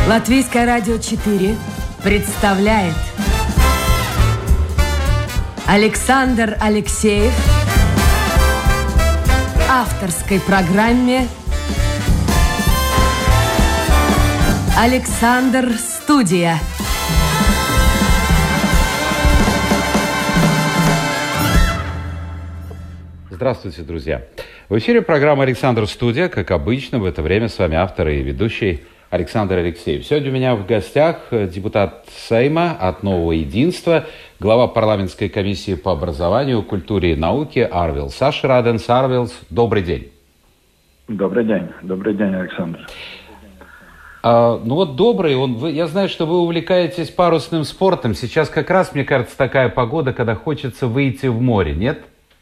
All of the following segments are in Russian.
Латвийское радио 4 представляет Александр Алексеев в авторской программе «Александр Студия». Здравствуйте, друзья! В эфире программа «Александр Студия». Как обычно, в это время с вами автор и ведущий Александр Алексеев. Сегодня у меня в гостях депутат Сейма от Нового Единства, глава парламентской комиссии по образованию, культуре и науке Арвилс Ашраденс. Арвилс, добрый день. Добрый день. Добрый день, Александр. Добрый. Я знаю, что вы увлекаетесь парусным спортом. Сейчас как раз, мне кажется, такая погода, когда хочется выйти в море, нет?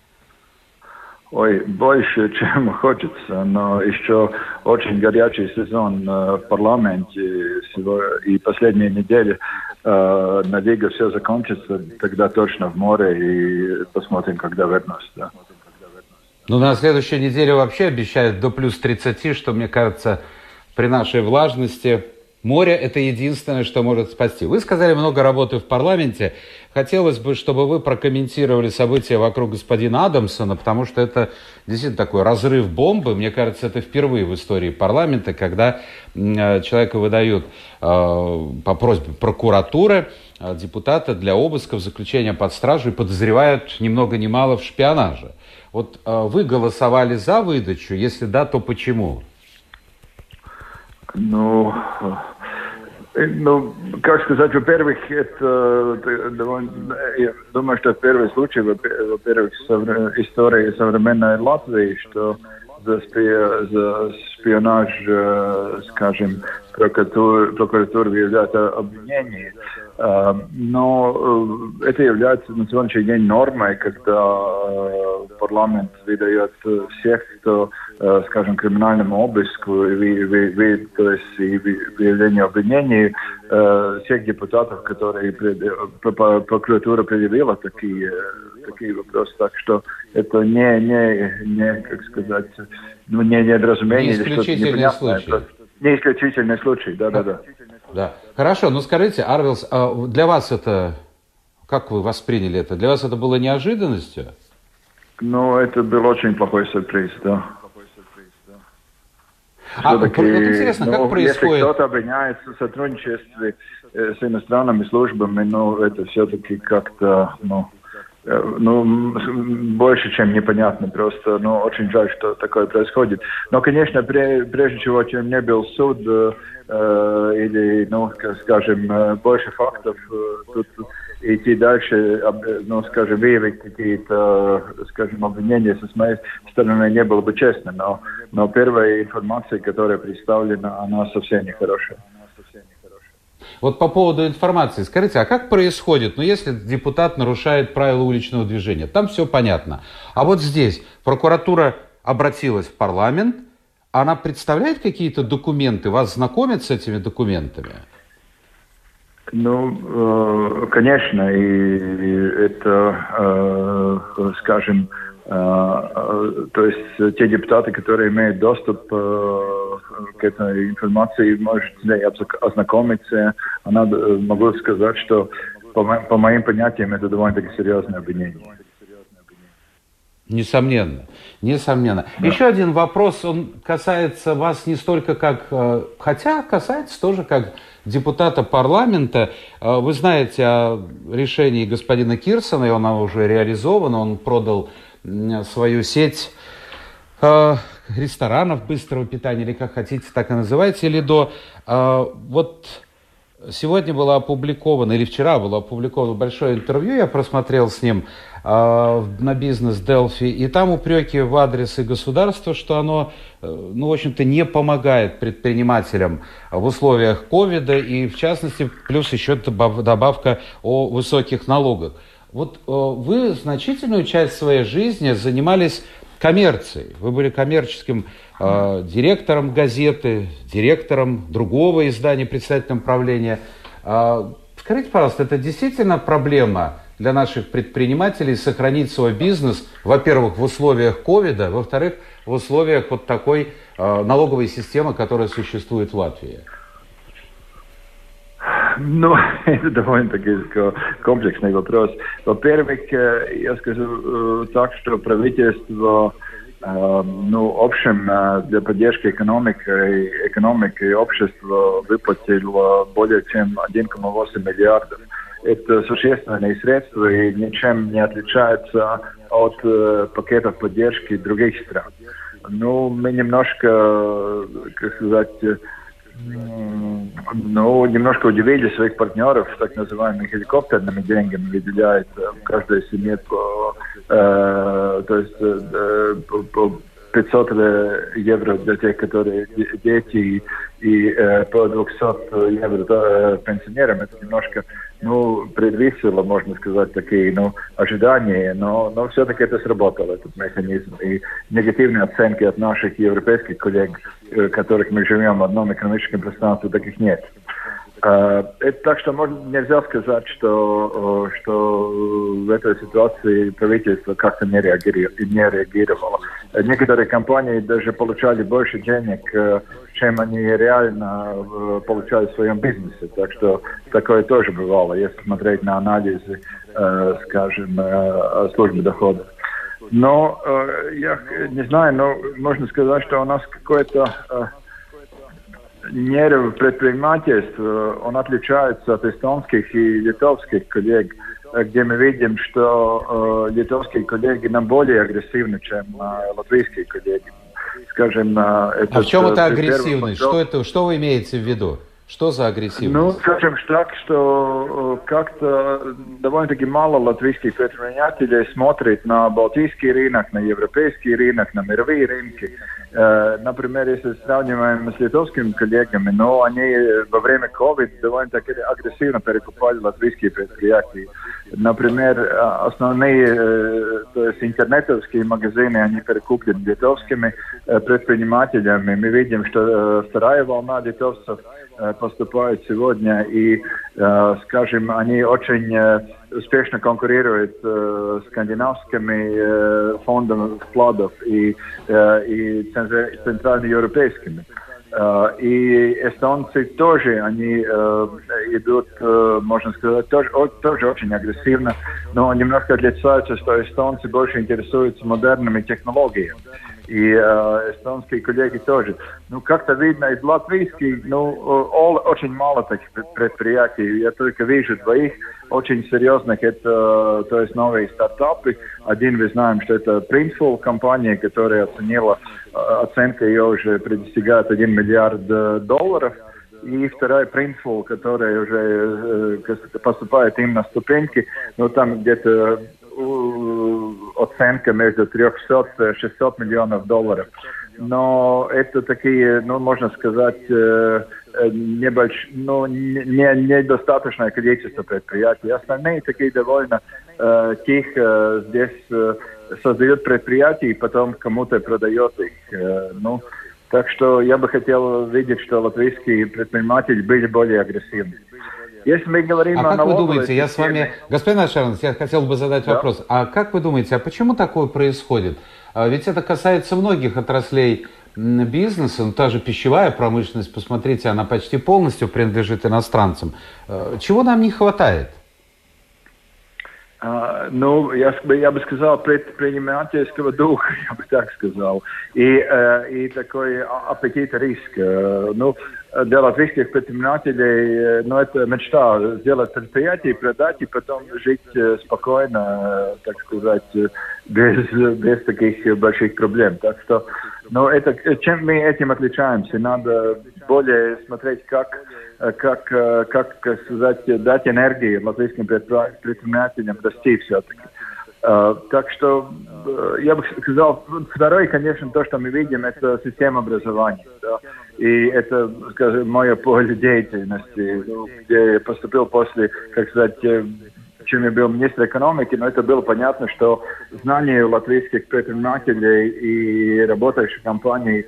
Ой, больше, чем хочется, но еще очень горячий сезон в парламенте, и последние недели, надеюсь, все закончится, тогда точно в море, и посмотрим, когда вернусь, да. На следующей неделе вообще обещают до плюс 30, что, мне кажется, при нашей влажности море – это единственное, что может спасти. Вы сказали, много работы в парламенте. Хотелось бы, чтобы вы прокомментировали события вокруг господина Адамсона, потому что это действительно такой разрыв бомбы. Мне кажется, это впервые в истории парламента, когда человека выдают по просьбе прокуратуры, депутата для обысков, заключения под стражу и подозревают ни много ни мало в шпионаже. Вот вы голосовали за выдачу? Если да, то почему? Как сказать, во-первых, это, я думаю, что первый случай, во-первых, в истории современной Латвии, что за шпионаж, скажем, прокуратура выявляет обвинение. Но это является на сегодняшний день нормой, когда парламент выдает всех, кто, скажем, криминальному обыску, то есть выявлению обвинений, всех депутатов, которые прокуратура предъявила такие вопросы. Так что это не как сказать, не недоразумение. Не исключительный случай. Не исключительный случай, да. Да. Хорошо, скажите, Арвилс, для вас это, как вы восприняли это? Для вас это было неожиданностью? Это был очень плохой сюрприз, да. Интересно, как происходит? Если кто-то обвиняется в сотрудничестве с иностранными службами, это все-таки как-то, больше, чем непонятно, просто, очень жаль, что такое происходит. Но, конечно, прежде чего, чем не был суд, или, скажем, больше фактов, тут идти дальше, выявить какие-то, скажем, обвинения со моей стороны не было бы честно, но первая информация, которая представлена, она совсем нехорошая. Вот по поводу информации, скажите, а как происходит, если депутат нарушает правила уличного движения? Там все понятно. А вот здесь прокуратура обратилась в парламент, она представляет какие-то документы, вас знакомят с этими документами? Конечно, и это, скажем, то есть те депутаты, которые имеют доступ к этой информации, может с ней ознакомиться. Могу сказать, что по моим понятиям это довольно-таки серьезное обвинение. Несомненно. Да. Еще один вопрос, он касается вас не столько как, хотя касается тоже как депутата парламента. Вы знаете о решении господина Кирсона, и оно уже реализовано, он продал свою сеть ресторанов быстрого питания, или как хотите, так и называйте, или до. Вот сегодня было опубликовано, или вчера было опубликовано большое интервью, я просмотрел с ним на бизнес Делфи, и там упреки в адрес и государства, что оно, в общем-то, не помогает предпринимателям в условиях ковида, и в частности, плюс еще добавка о высоких налогах. Вот вы значительную часть своей жизни занимались коммерцией. Вы были коммерческим директором газеты, директором другого издания, председателем правления. Скажите, пожалуйста, это действительно проблема для наших предпринимателей сохранить свой бизнес, во-первых, в условиях ковида, во-вторых, в условиях вот такой налоговой системы, которая существует в Латвии? Ну, это довольно-таки комплексный вопрос. Во-первых, я скажу так, что правительство, в общем, для поддержки экономики и общества выплатило более чем 1,8 миллиардов. Это существенные средства и ничем не отличаются от пакетов поддержки других стран. Ну, мы немножко, немножко удивили своих партнеров так называемыми хеликоптерными деньгами, выделяют в каждой семье по 500 евро для тех, которые дети, и по 200 евро пенсионерам. Это немножко, предвисело, можно сказать, такие, ожидания, но все-таки это сработало, этот механизм. И негативные оценки от наших европейских коллег, которых мы живем в одном экономическом пространстве, таких нет. Это так что нельзя сказать, что в этой ситуации правительство как-то не реагировало. Некоторые компании даже получали больше денег, чем они реально получали в своем бизнесе. Так что такое тоже бывало, если смотреть на анализы, службы доходов. Но я не знаю, но можно сказать, что у нас какой-то нерв предпринимательства, он отличается от эстонских и литовских коллег, где мы видим, что литовские коллеги нам более агрессивны, чем латвийские коллеги. Скажем, а в чем это агрессивность? Что вы имеете в виду? Что за агрессивность? Скажем так, что как-то довольно-таки мало латвийских предпринимателей смотрит на балтийский рынок, на европейский рынок, на мировые рынки. Например, если сравниваем с литовскими коллегами, они во время COVID довольно-таки агрессивно перекупали латвийские предприятия. Например, основные, то есть интернетовские магазины, они перекуплены литовскими предпринимателями. Мы видим, что вторая волна литовцев поступает сегодня, и, скажем, они очень успешно конкурируют с скандинавскими фондами вкладов и центральноевропейскими. И эстонцы тоже, они идут, можно сказать, тоже очень агрессивно, но немножко отличаются, что эстонцы больше интересуются модерными технологиями. И эстонские коллеги тоже. Как-то видно из латвийских, очень мало таких предприятий. Я только вижу двоих очень серьезных. Это, то есть, новые стартапы. Один, мы знаем, что это Printful компания, которая оценка ее уже достигает $1 миллиард. И вторая Printful, которая уже поступает им на ступеньки. Там где-то оценка между 300 и 600 миллионов долларов. Но это такие, можно сказать, недостаточное количество предприятий. Остальные такие довольно тихо здесь создают предприятия и потом кому-то продает их. Так что я бы хотел видеть, что латвийские предприниматели были более агрессивны. Если мы говорим как вы думаете, я с вами... Господин Ашарнс, я хотел бы задать вопрос. А как вы думаете, а почему такое происходит? Ведь это касается многих отраслей бизнеса. Та же пищевая промышленность, посмотрите, она почти полностью принадлежит иностранцам. Чего нам не хватает? Я бы сказал, предпринимательского духа, я бы так сказал, и такой аппетит риска. Для латвийских предпринимателей, это мечта сделать предприятие, продать и потом жить спокойно, так сказать, без таких больших проблем. Так что, чем мы этим отличаемся? Надо более смотреть, как сказать, дать энергии латвийским предпринимателям расти все-таки. Так что я бы сказал, второе, конечно, то, что мы видим, это система образования. Да? И это, скажем, мое поле деятельности, где я поступил после, как сказать, чем я был министр экономики, но это было понятно, что знания латвийских предпринимателей и работающих компаний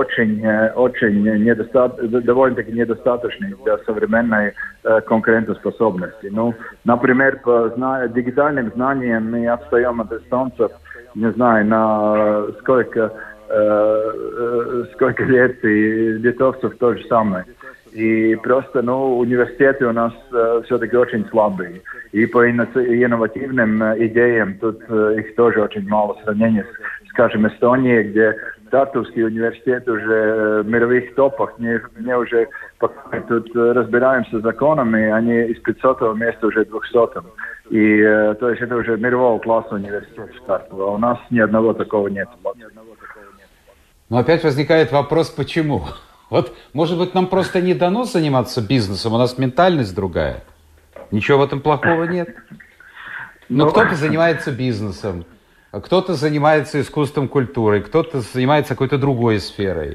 довольно-таки недостаточны для современной конкурентоспособности. Например, по дигитальным знаниям мы отстаем от эстонцев, не знаю, на сколько лет, и литовцев то же самое. И просто, университеты у нас все-таки очень слабые. И по инновативным идеям тут их тоже очень мало в сравнении с, скажем, Эстонией, где Тартовский университет уже в мировых топах. Мне уже, пока мы тут разбираемся с законами, они из 500-го места уже 200-м. И то есть это уже мирового класса университет в Тартово. А у нас ни одного такого нет. Но опять возникает вопрос, почему? Вот, может быть, нам просто не дано заниматься бизнесом, у нас ментальность другая. Ничего в этом плохого нет. Но кто-то занимается бизнесом, кто-то занимается искусством, культурой, кто-то занимается какой-то другой сферой.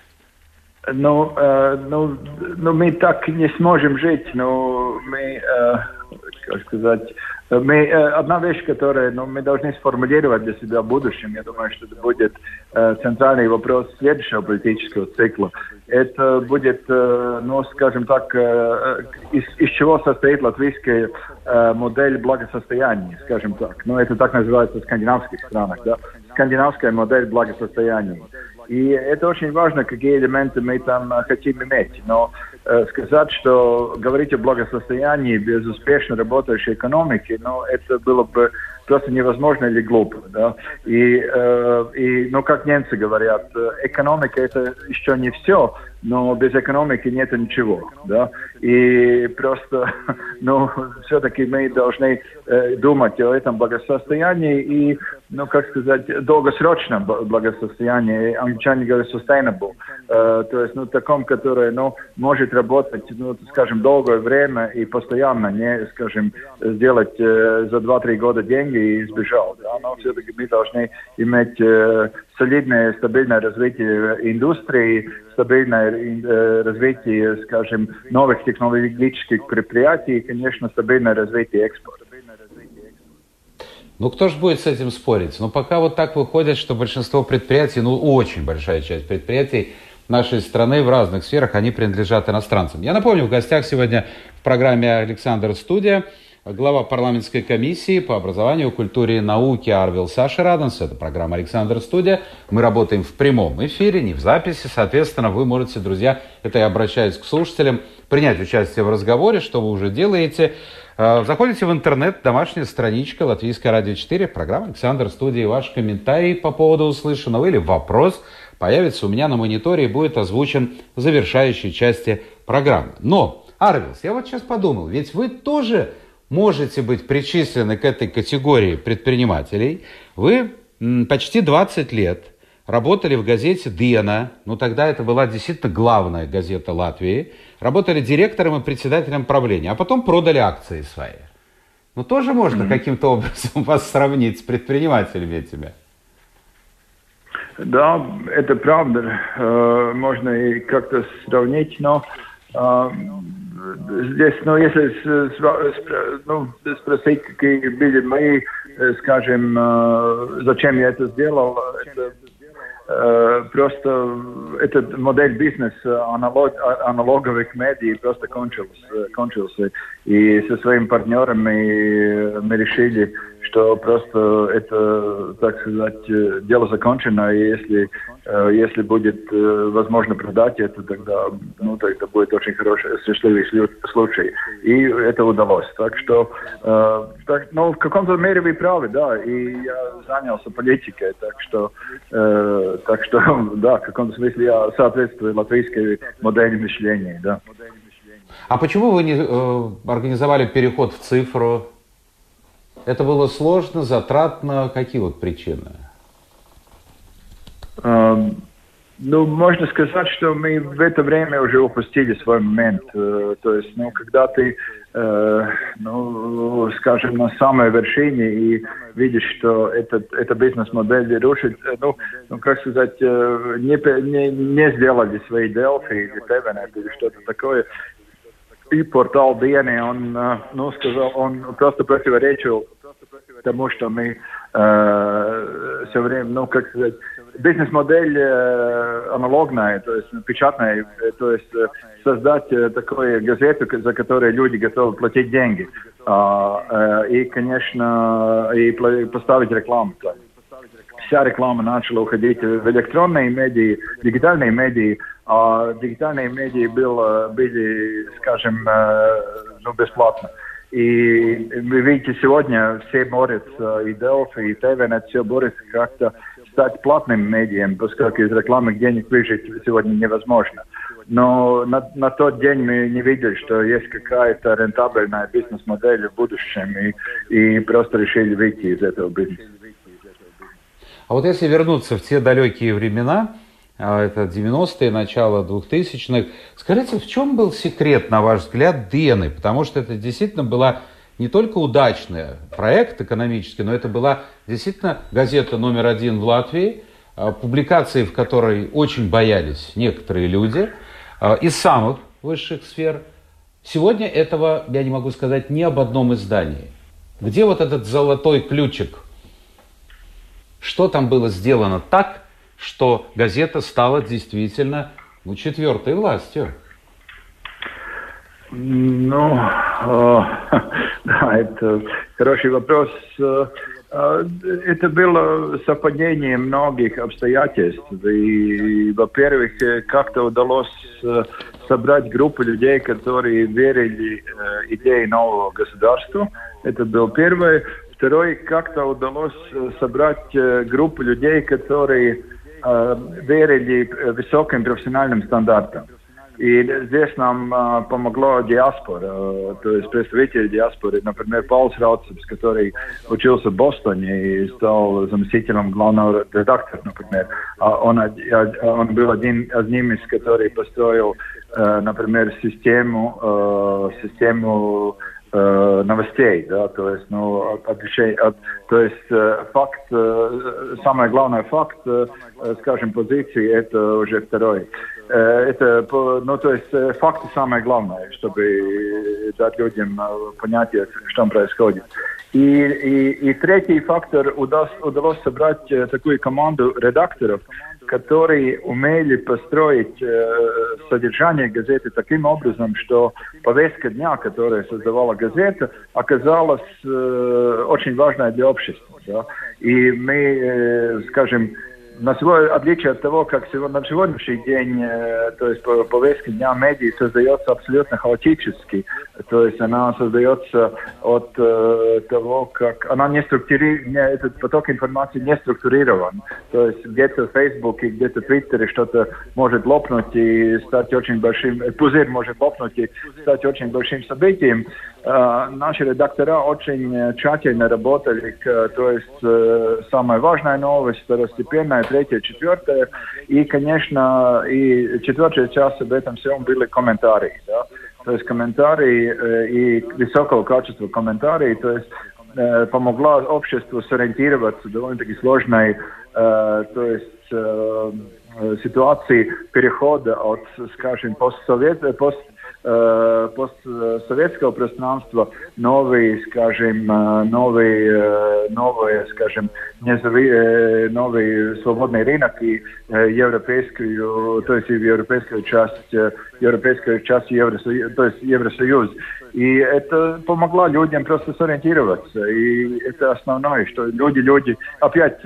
Мы так не сможем жить, но мы, как сказать, одна вещь, которую мы должны сформулировать для себя в будущем, я думаю, что это будет центральный вопрос следующего политического цикла. Это будет, скажем так, из чего состоит латвийская модель благосостояния, скажем так. Это так называется в скандинавских странах, да? Скандинавская модель благосостояния. И это очень важно, какие элементы мы там хотим иметь. Но сказать, что говорить о благосостоянии без успешно работающей экономики, это было бы просто невозможно или глупо. Да? И как немцы говорят, экономика это еще не все, но без экономики нет ничего. Да? И просто, все-таки мы должны думать о этом благосостоянии и, долгосрочном благосостоянии. Англичане говорят sustainable. То есть, таком, которое, может работать, скажем, долгое время и постоянно, не, скажем, сделать за 2-3 года деньги и избежал. Да? Но все-таки мы должны иметь солидное, стабильное развитие индустрии, стабильное развитие, скажем, новых технологических предприятий и, конечно, стабильное развитие экспорта. Кто же будет с этим спорить? Пока вот так выходит, что большинство предприятий, очень большая часть предприятий нашей страны в разных сферах, они принадлежат иностранцам. Я напомню, в гостях сегодня в программе «Александр Студия» глава парламентской комиссии по образованию, культуре и науке Арвил Саша Раденс. Это программа «Александр Студия». Мы работаем в прямом эфире, не в записи. Соответственно, вы можете, друзья, это я обращаюсь к слушателям, принять участие в разговоре, что вы уже делаете. Заходите в интернет, домашняя страничка Латвийское радио 4, программа «Александр Студия». Ваш комментарий по поводу услышанного или вопрос появится у меня на мониторе и будет озвучен в завершающей части программы. Но, Арвилс, я вот сейчас подумал, ведь вы тоже можете быть причислены к этой категории предпринимателей. Вы почти 20 лет работали в газете «Диена», тогда это была действительно главная газета Латвии, работали директором и председателем правления, а потом продали акции свои. Тоже можно каким-то образом вас сравнить с предпринимателями этими. Да, это правда. Можно и как-то сравнить, но здесь, если спросить, какие были мои, скажем, зачем я это сделал, это просто эта модель бизнеса аналоговых медиа просто кончился. И со своими партнерами мы решили, что просто это, так сказать, дело закончено, и если будет возможно продать это, тогда будет очень хороший, счастливый случай. И это удалось. Так что, в каком-то мере вы правы, да, и я занялся политикой, так что, да, в каком-то смысле я соответствую латвийской модели мышления, да. А почему вы не организовали переход в цифру? Это было сложно, затратно. Какие причины? Можно сказать, что мы в это время уже упустили свой момент. То есть, когда ты, скажем, на самой вершине и видишь, что эта бизнес-модель рушит, как сказать, не сделали свои Delphi или Tevenet или что-то такое. И портал Диены, он сказал, он просто противоречил тому, что мы все время, как сказать, бизнес-модель аналогная, то есть печатная, то есть создать такую газету, за которую люди готовы платить деньги, и, конечно, и поставить рекламу. вся реклама начала уходить в электронные медиа, digitальные медиа, а digitальные медиа были, скажем, бесплатно. И вы видите, сегодня все борются, и Delphi, и TVNet, все борются как-то стать платным медием, поскольку из рекламы денег выжить сегодня невозможно. Но на тот день мы не видели, что есть какая-то рентабельная бизнес-модель в будущем, и просто решили выйти из этого бизнеса. А вот если вернуться в те далекие времена, это 90-е, начало 2000-х, скажите, в чем был секрет, на ваш взгляд, Дены? Потому что это действительно была не только удачный проект экономический, но это была действительно газета номер один в Латвии, публикации, в которой очень боялись некоторые люди из самых высших сфер. Сегодня этого я не могу сказать ни об одном издании. Где вот этот золотой ключик? Что там было сделано так, что газета стала действительно четвертой властью? Да, это хороший вопрос. Это было совпадение многих обстоятельств. И, во-первых, как-то удалось собрать группу людей, которые верили в идеи нового государства. Это был первый. Второй, как-то удалось собрать группу людей, которые верили высоким профессиональным стандартам. И здесь нам помогла диаспора, то есть представители диаспоры, например, Паулс Рауцепс, который учился в Бостоне и стал заместителем главного редактора, например. Он был одним из, который построил, например, систему новостей, да, то есть, факт, самый главный факт, скажем, позиции, это уже второй. Факты самое главное, чтобы дать людям понятие, что происходит. И третий фактор, удалось собрать такую команду редакторов, которые умели построить содержание газеты таким образом, что повестка дня, которую создавала газета, оказалась очень важной для общества. Да? И мы, скажем, отличие от того, как на сегодняшний день, то есть повестка дня медиа создается абсолютно хаотически, то есть она создается от того, как она этот поток информации не структурирован, то есть где-то в Фейсбуке, где-то в Твиттере что-то может лопнуть и стать очень большим, пузырь может лопнуть и стать очень большим событием. Наши редактора очень тщательно работали, то есть самая важная новость, второстепенная, третья, четвертая, и, конечно, и четвертая часть об этом всем были комментарии, да? То есть комментарии и высокого качества комментарии, то есть помогла обществу сориентироваться в довольно-таки сложной, то есть ситуации перехода от, скажем, постсоветского пространства новый свободный рынок и европейскую часть Евросоюза, то есть Евросоюз. И это помогло людям просто сориентироваться. И это основное, что люди, опять,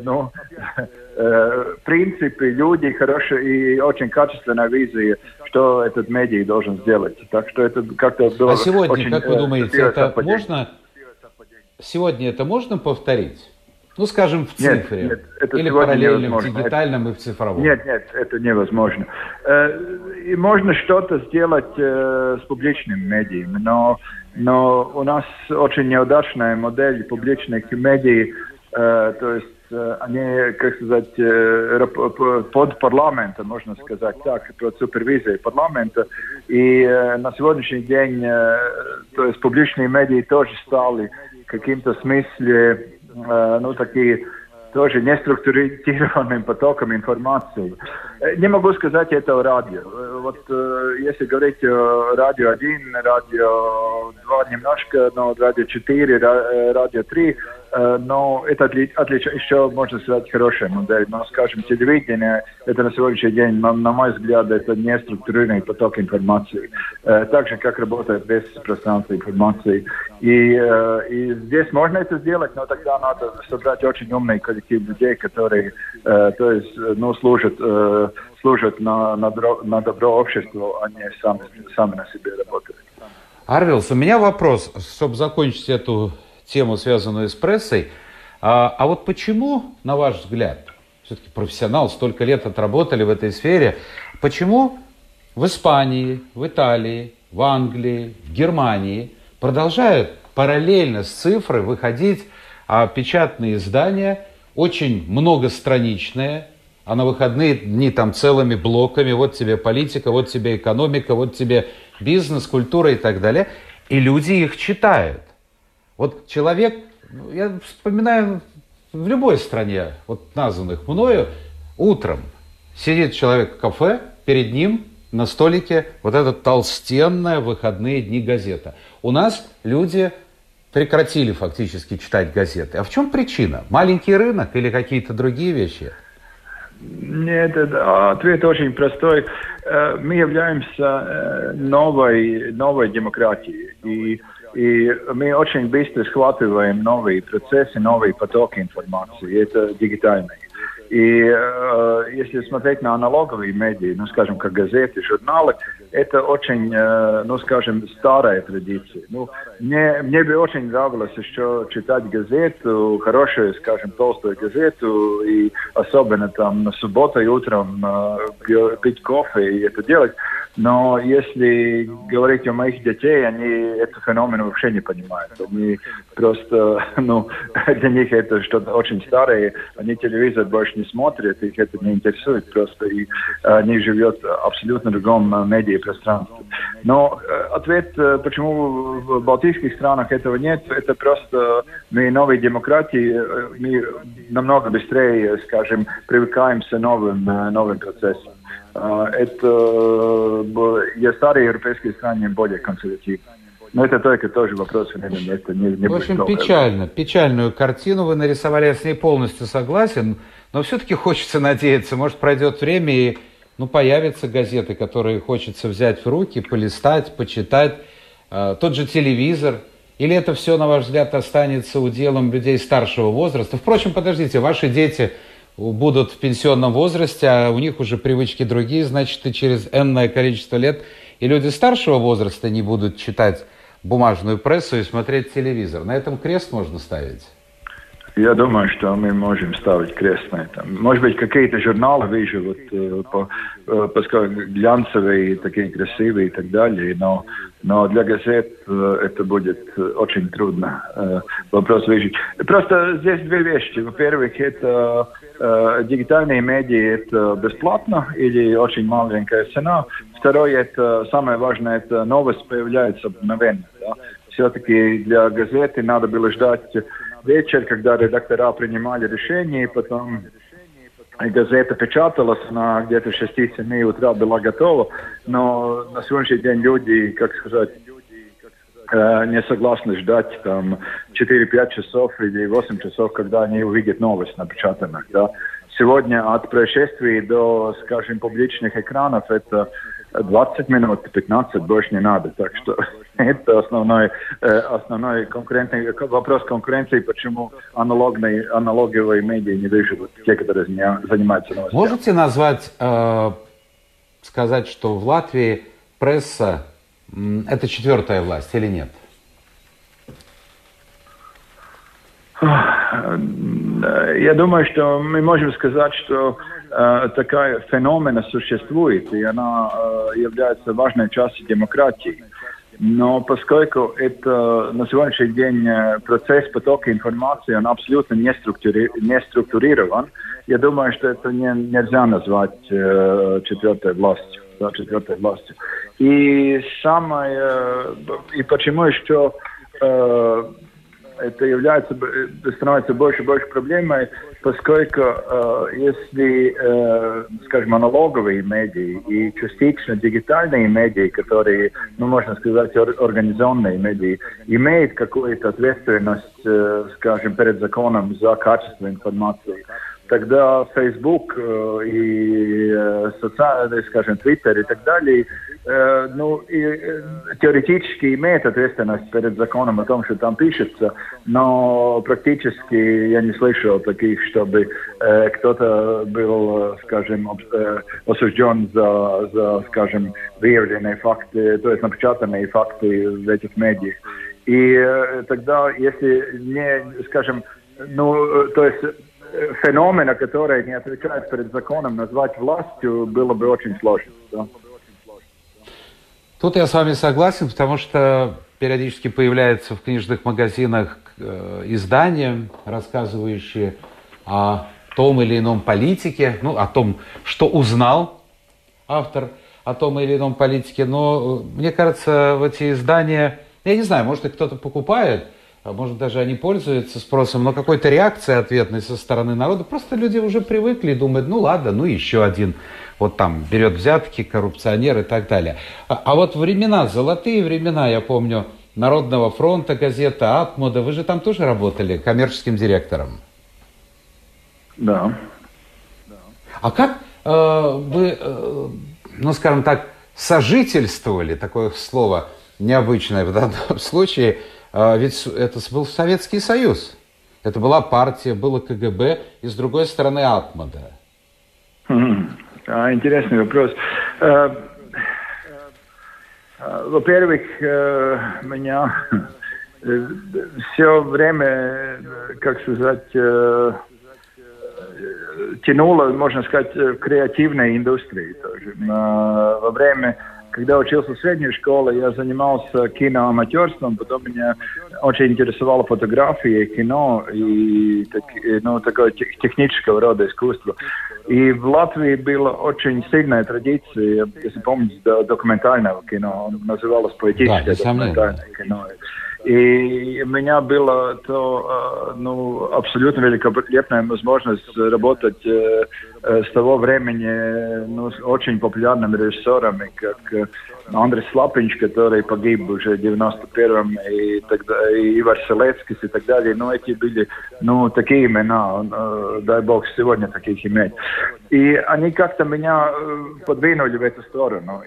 принципы, люди, хорошие и очень качественная визия, что этот медиа должен сделать. Так что это как-то было. А сегодня, очень, как вы думаете, это можно? Сегодня это можно повторить? Ну, скажем, в цифре. Нет, это или параллельно в дигитальном и в цифровом? Нет, это невозможно. И можно что-то сделать с публичными медиами, но у нас очень неудачная модель публичных медиа, то есть они, как сказать, под парламентом, можно сказать так, под супервизией парламента. И на сегодняшний день, то есть публичные медиа тоже стали в каким-то смысле, такие тоже неструктурированным потоком информации. Не могу сказать это о радио. Вот если говорить о радио 1, радио 2 немножко, но радио 4, радио 3, но это еще, можно сказать, хорошая модель. Но, скажем, телевидение, это на сегодняшний день, на мой взгляд, это не структурированный поток информации. Так же, как работает весь пространство информации. И здесь можно это сделать, но тогда надо собрать очень умный коллектив людей, которые, служат на добро обществу, а не сами на себе работают. Арвилс, у меня вопрос, чтобы закончить эту тему, связанную с прессой. А вот почему, на ваш взгляд, все-таки профессионал, столько лет отработали в этой сфере, почему в Испании, в Италии, в Англии, в Германии продолжают параллельно с цифрой выходить печатные издания, очень многостраничные, а на выходные дни там целыми блоками, вот тебе политика, вот тебе экономика, вот тебе бизнес, культура и так далее, и люди их читают. Вот человек, я вспоминаю в любой стране, вот названных мною, утром сидит человек в кафе, перед ним на столике вот эта толстенная выходные дни газета. У нас люди прекратили фактически читать газеты. А в чем причина? Маленький рынок или какие-то другие вещи? Нет, ответ очень простой. Мы являемся новой демократией. И мы очень быстро схватываем новые процессы, новые потоки информации. Это дигитальные. И если смотреть на аналоговые медиа, скажем, как газеты, журналы, это очень, старая традиция. Мне бы очень нравилось еще читать газету, хорошую, скажем, толстую газету, и особенно там на субботу и утром пить кофе и это делать. Но если говорить о моих детей, они этот феномен вообще не понимают. Они просто, для них это что-то очень старое, они телевизор больше не смотрят, их это не интересует просто, и они живут в абсолютно другом медиапространстве. Но ответ, почему в балтийских странах этого нет, это просто мы новые демократии, мы намного быстрее, скажем, привыкаемся к новым процессам. Старые европейские страны более консервативны. Но это только тоже вопрос времени. Это не в общем, печальную картину вы нарисовали, я с ней полностью согласен, но все-таки хочется надеяться, может, пройдет время и появятся газеты, которые хочется взять в руки, полистать, почитать, тот же телевизор, или это все, на ваш взгляд, останется уделом людей старшего возраста? Впрочем, подождите, ваши дети будут в пенсионном возрасте, а у них уже привычки другие, значит, и через энное количество лет и люди старшего возраста не будут читать бумажную прессу и смотреть телевизор. На этом крест можно ставить? Я думаю, что мы можем ставить крест на этом. Может быть, какие-то журналы вижу, поскольку глянцевые, такие красивые и так далее, но для газет это будет очень трудно. Вопрос выжить. Просто здесь две вещи. Во-первых, это дигитальные медиа, это бесплатно или очень маленькая цена. Второе, это самое важное, это новость появляется мгновенно. Да? Все-таки для газеты надо было ждать вечер, когда редактора принимали решение, и потом газета печаталась, она где-то в 6-7 утра была готова, но на сегодняшний день люди, не согласны ждать там 4-5 часов или 8 часов, когда они увидят новость напечатанных. Да. Сегодня от происшествий до, скажем, публичных экранов это 20 минут, 15 больше не надо. Так что это основной вопрос конкуренции, почему аналоговые медиа не выживут, те, которые занимаются новостями. Можете назвать, сказать, что в Латвии пресса это четвертая власть или нет? Я думаю, что мы можем сказать, что такая феномена существует, и она является важной частью демократии. Но поскольку это на сегодняшний день процесс потока информации, он абсолютно не структурирован, я думаю, что это нельзя назвать четвертой властью. И почему еще это становится больше и больше проблемой, поскольку если, скажем, аналоговые медиа и частично дигитальные медиа, которые, можно сказать, организационные медиа, имеют какую-то ответственность, скажем, перед законом за качество информации, тогда Facebook и социальные, скажем, Twitter и так далее, теоретически имеют ответственность перед законом о том, что там пишется, но практически я не слышал таких, чтобы кто-то был, скажем, осужден за, скажем, выявленные факты, то есть напечатанные факты в этих медиах. И тогда, если не, скажем, то есть феномена, который не отвечает перед законом, назвать властью было бы очень сложно. Да? Тут я с вами согласен, потому что периодически появляются в книжных магазинах издания, рассказывающие о том или ином политике, о том, что узнал автор о том или ином политике. Но мне кажется, в эти издания, я не знаю, может, их кто-то покупает, может, даже они пользуются спросом, но какой-то реакции ответной со стороны народа. Просто люди уже привыкли и думают, ладно, еще один вот там берет взятки, коррупционер и так далее. А вот времена, золотые времена, я помню, Народного фронта, газета «Атмода», вы же там тоже работали коммерческим директором? Да. А как вы, скажем так, сожительствовали, такое слово необычное в данном случае, ведь это был Советский Союз. Это была партия, было КГБ, и с другой стороны Атмода. Интересный вопрос. Во-первых, меня все время, как сказать, тянуло, можно сказать, в креативной индустрии тоже. Во время, когда учился в средней школе, я занимался киноаматерством, потом меня очень интересовала фотография, кино и такое технического рода искусство. И в Латвии была очень сильная традиция, если помните, документального кино, называлось поэтическое документальное кино. И у меня была абсолютно великолепная возможность работать с того времени с очень популярными режиссерами, как Андрей Слапинч, который погиб уже в 91-м, и Ивар Селецкис и так далее. Эти были такие имена, дай бог сегодня таких иметь. И они как-то меня подвинули в эту сторону.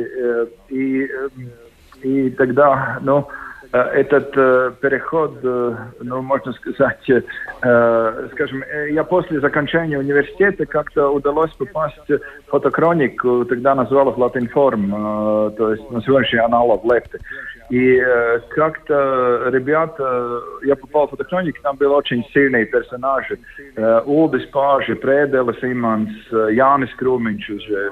И тогда, этот переход, можно сказать, скажем, я после окончания университета как-то удалось попасть в фотохронику, тогда называлась Латинформ, то есть на сегодняшний аналог Лепты. И как-то ребята, я попал в фотохронику, там были очень сильные персонажи. Улдис Пажи, Пределес Иманс, Янис Круминч,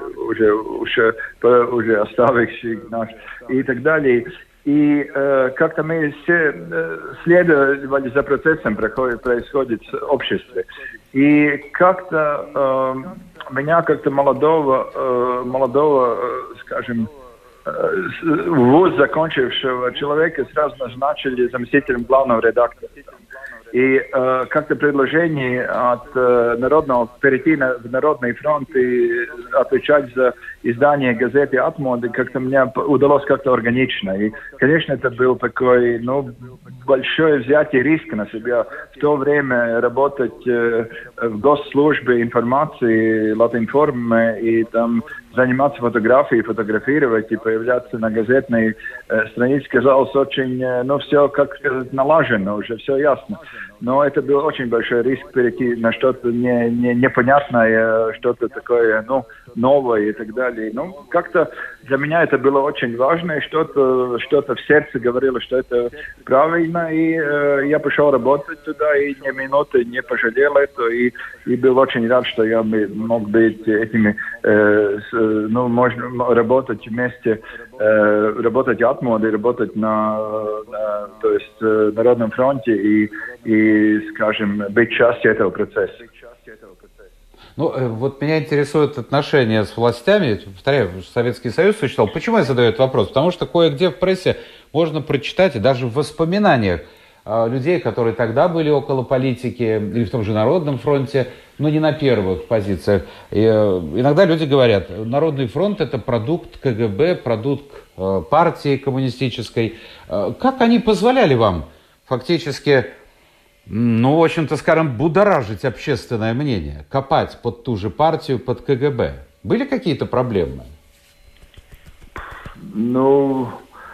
уже оставивший наш, и так далее. И как-то мы все следовали за процессом, происходит в обществе. И как-то меня как-то молодого, скажем, вуз закончившего человека сразу назначили заместителем главного редактора. И как-то предложение от народного перейти в Народный фронт и отвечать за издание газеты «Атмоды» как-то мне удалось как-то органично. И, конечно, это был такой, большое взятие риска на себя. В то время работать в госслужбе информации Латинформ и там заниматься фотографией, фотографировать и появляться на газетной странице казалось очень, все как налажено, уже все ясно. Но это был очень большой риск перейти на что-то непонятное, что-то такое, новое и так далее. Как-то для меня это было очень важно, и что-то в сердце говорило, что это правильно, и я пошел работать туда, и ни минуты не пожалел это, и был очень рад, что я мог быть этими, можно работать вместе, работать в Атмоде, работать то есть Народном фронте и, скажем, быть частью этого процесса. Вот меня интересует отношения с властями. Повторяю, Советский Союз существовал. Почему я задаю этот вопрос? Потому что кое-где в прессе можно прочитать, и даже в воспоминаниях людей, которые тогда были около политики или в том же Народном фронте, но не на первых позициях. И, иногда люди говорят, Народный фронт – это продукт КГБ, продукт партии коммунистической. Как они позволяли вам фактически, ну, в общем-то, скажем, будоражить общественное мнение, копать под ту же партию, под КГБ? Были какие-то проблемы? Ну,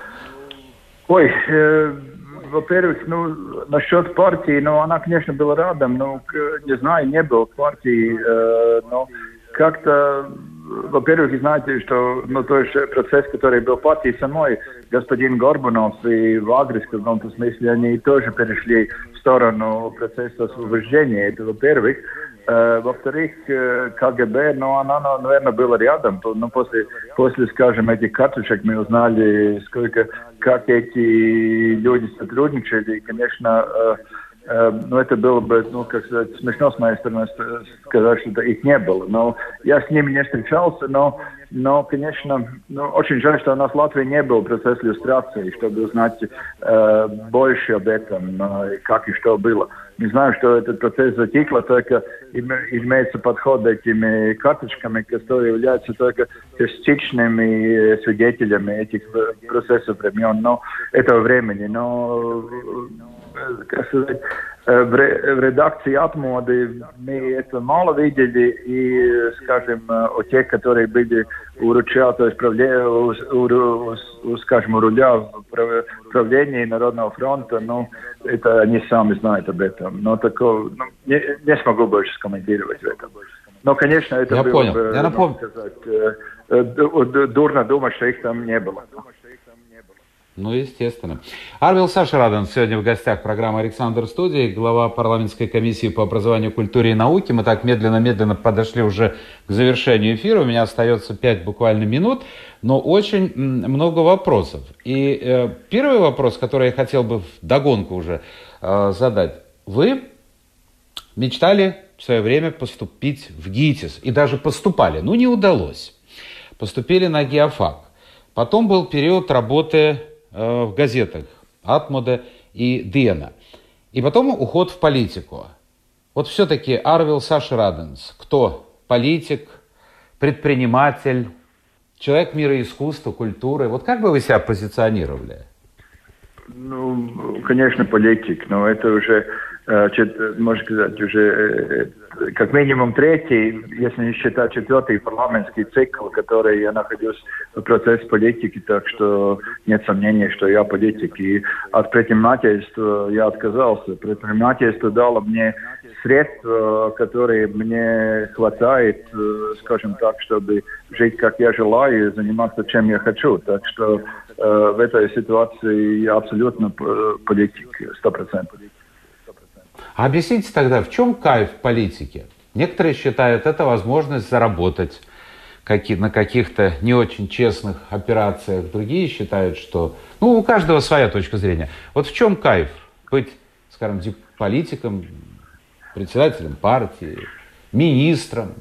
во-первых, насчет партии, она, конечно, была рядом, не знаю, не было партии, но как-то, во-первых, знаете, что, то есть процесс, который был в партии самой, господин Горбунов и Вагрис, в каком-то смысле, они тоже перешли в сторону процесса освобождения, это во-первых. Во-вторых, КГБ, она, наверное, была рядом. После, скажем, этих карточек мы узнали, как эти люди сотрудничали. И, конечно, это было бы, как сказать, смешно с моей стороны сказать, что их не было. Но я с ними не встречался, но конечно, очень жаль, что у нас в Латвии не был процесс иллюстрации, чтобы узнать больше об этом, как и что было. Не знаю, что этот процесс затихло, только имеется подход этими карточками, которые являются только частичными свидетелями этих процессов времен, этого времени. Но, как сказать, в редакции «Atmoды» мы это мало видели, и, скажем, у тех, которые были у ручья, то есть скажем, у руля в правлении Народного фронта, это они сами знают об этом. Но такого, не смогу больше скомментировать это. Но, конечно, это я было понял. бы, сказать, дурно думать, что их там не было. Ну, естественно. Арвил Сашараден сегодня в гостях программы «Александр Студия», глава парламентской комиссии по образованию, культуре и науке. Мы так медленно-медленно подошли уже к завершению эфира. У меня остается 5 буквально минут, но очень много вопросов. И первый вопрос, который я хотел бы вдогонку уже задать. Вы мечтали в свое время поступить в ГИТИС и даже поступали, но не удалось. Поступили на геофак. Потом был период работы в газетах «Atmoda» и «Диена». И потом уход в политику. Вот все-таки Арвил Сашараденс, кто? Политик, предприниматель, человек мира искусства, культуры. Вот как бы вы себя позиционировали? Конечно, политик, но это уже, можно сказать, уже как минимум третий, если не считать четвертый парламентский цикл, который я нахожусь в процессе политики, так что нет сомнений, что я политик. И от предпринимательства я отказался. Предпринимательство дало мне средства, которые мне хватает, скажем так, чтобы жить, как я желаю, заниматься, чем я хочу. Так что в этой ситуации я абсолютно политик, 100%. А объясните тогда, в чем кайф политики? Некоторые считают, это возможность заработать на каких-то не очень честных операциях. Другие считают, что... у каждого своя точка зрения. Вот в чем кайф быть, скажем, политиком, председателем партии, министром?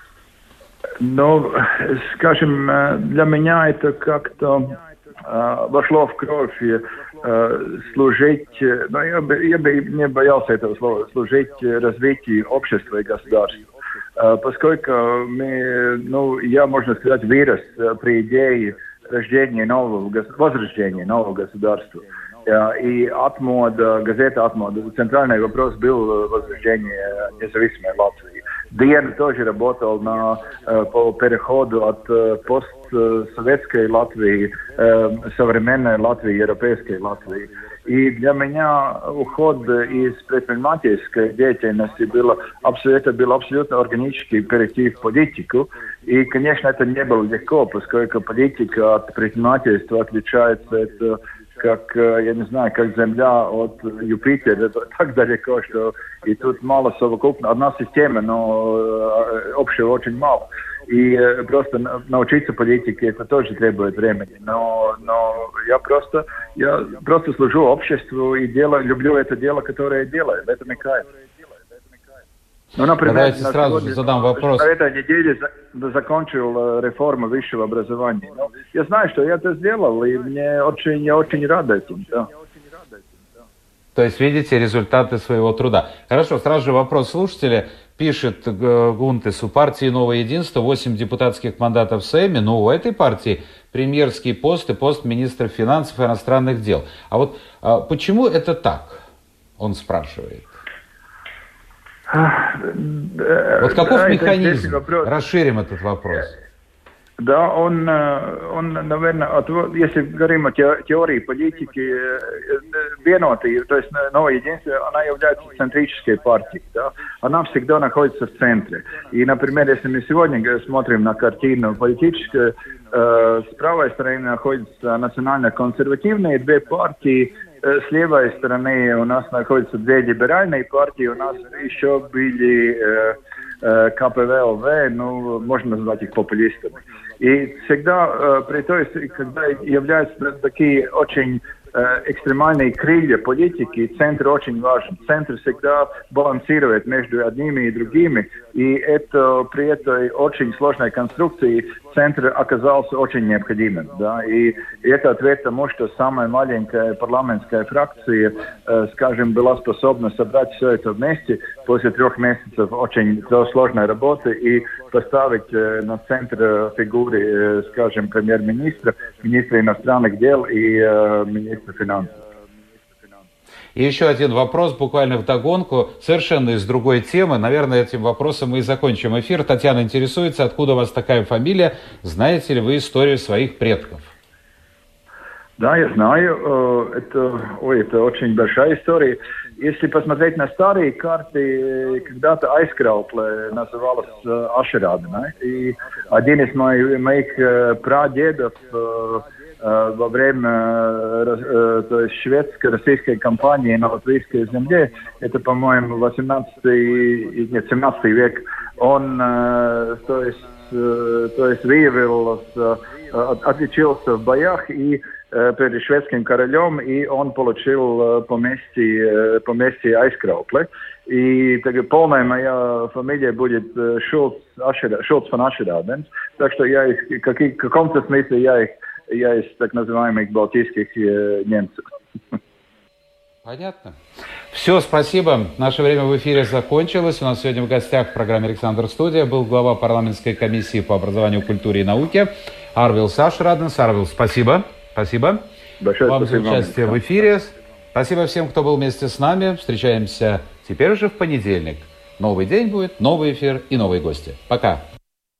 Скажем, для меня это как-то вошло в кровь служить, я бы не боялся этого слова, служить развитию общества и государства. Поскольку я, можно сказать, вырос при идее возрождения нового государства. И газета «Atmoda», центральный вопрос был возрождение независимой Латвии. Диена тоже работал по переходу от постсоветской Латвии, современной Латвии, европейской Латвии. И для меня уход из предпринимательской деятельности был абсолютно органически перейти в политику. И, конечно, это не было легко, поскольку политика от предпринимательства отличается от как, я не знаю, как Земля от Юпитера, это так далеко, что и тут мало совокупно. Одна система, но общего очень мало. И просто научиться политике, это тоже требует времени. Но я просто служу обществу и люблю это дело, которое я делаю. В этом и кайф. Например, давайте сразу задам вопрос. На этой неделе закончил реформу высшего образования. Я знаю, что я это сделал, и я очень рад этим. Да. То есть видите результаты своего труда. Хорошо, сразу же вопрос слушателя. Пишет Гунтес: у партии «Новое единство» 8 депутатских мандатов в Сейме, но у этой партии премьерский пост и пост министра финансов и иностранных дел. А вот почему это так, он спрашивает. Вот каков механизм? Расширим этот вопрос. Да, он, наверное, если говорим о теории политики, Vienotī, то есть Новое единство, она является центрической партией, да? Она всегда находится в центре. И, например, если мы сегодня смотрим на картину политическую, с правой стороны находятся национально-консервативные две партии, с левой стороны у нас находятся две либеральные партии, у нас еще были КПВЛВ, ну, можно назвать их популистами. И всегда, при том, когда являются такие очень экстремальные крылья политики, центр очень важен. Центр всегда балансирует между одними и другими, и это при этой очень сложной конструкции центр оказался очень необходимым. Да? И это ответ тому, что самая маленькая парламентская фракция, скажем, была способна собрать все это вместе после 3 месяцев очень сложной работы и поставить на центр фигуры, скажем, премьер-министра, министра иностранных дел и министра финансов. И еще один вопрос, буквально вдогонку, совершенно из другой темы. Наверное, этим вопросом мы и закончим эфир. Татьяна интересуется, откуда у вас такая фамилия. Знаете ли вы историю своих предков? Да, я знаю. Это очень большая история. Если посмотреть на старые карты, когда-то Aizkrauple называлась Ašerādne. И один из моих прадедов во время то есть шведско-российской кампании на латвийской земле, это, по-моему, 17 век, он то есть выявился, отличился в боях и перед шведским королем, и он получил поместье Aizkrauple. И так, полная моя фамилия будет Шульц фон Ašerādens. Так что я в каком-то смысле я из так называемых балтийских немцев. Понятно. Все, спасибо. Наше время в эфире закончилось. У нас сегодня в гостях в программе «Александр Студия» был глава парламентской комиссии по образованию, культуре и науке Арвилс Ašerādens. Арвилс, спасибо. Спасибо. Большое вам спасибо за участие в эфире. Спасибо всем, кто был вместе с нами. Встречаемся теперь уже в понедельник. Новый день будет, новый эфир и новые гости. Пока.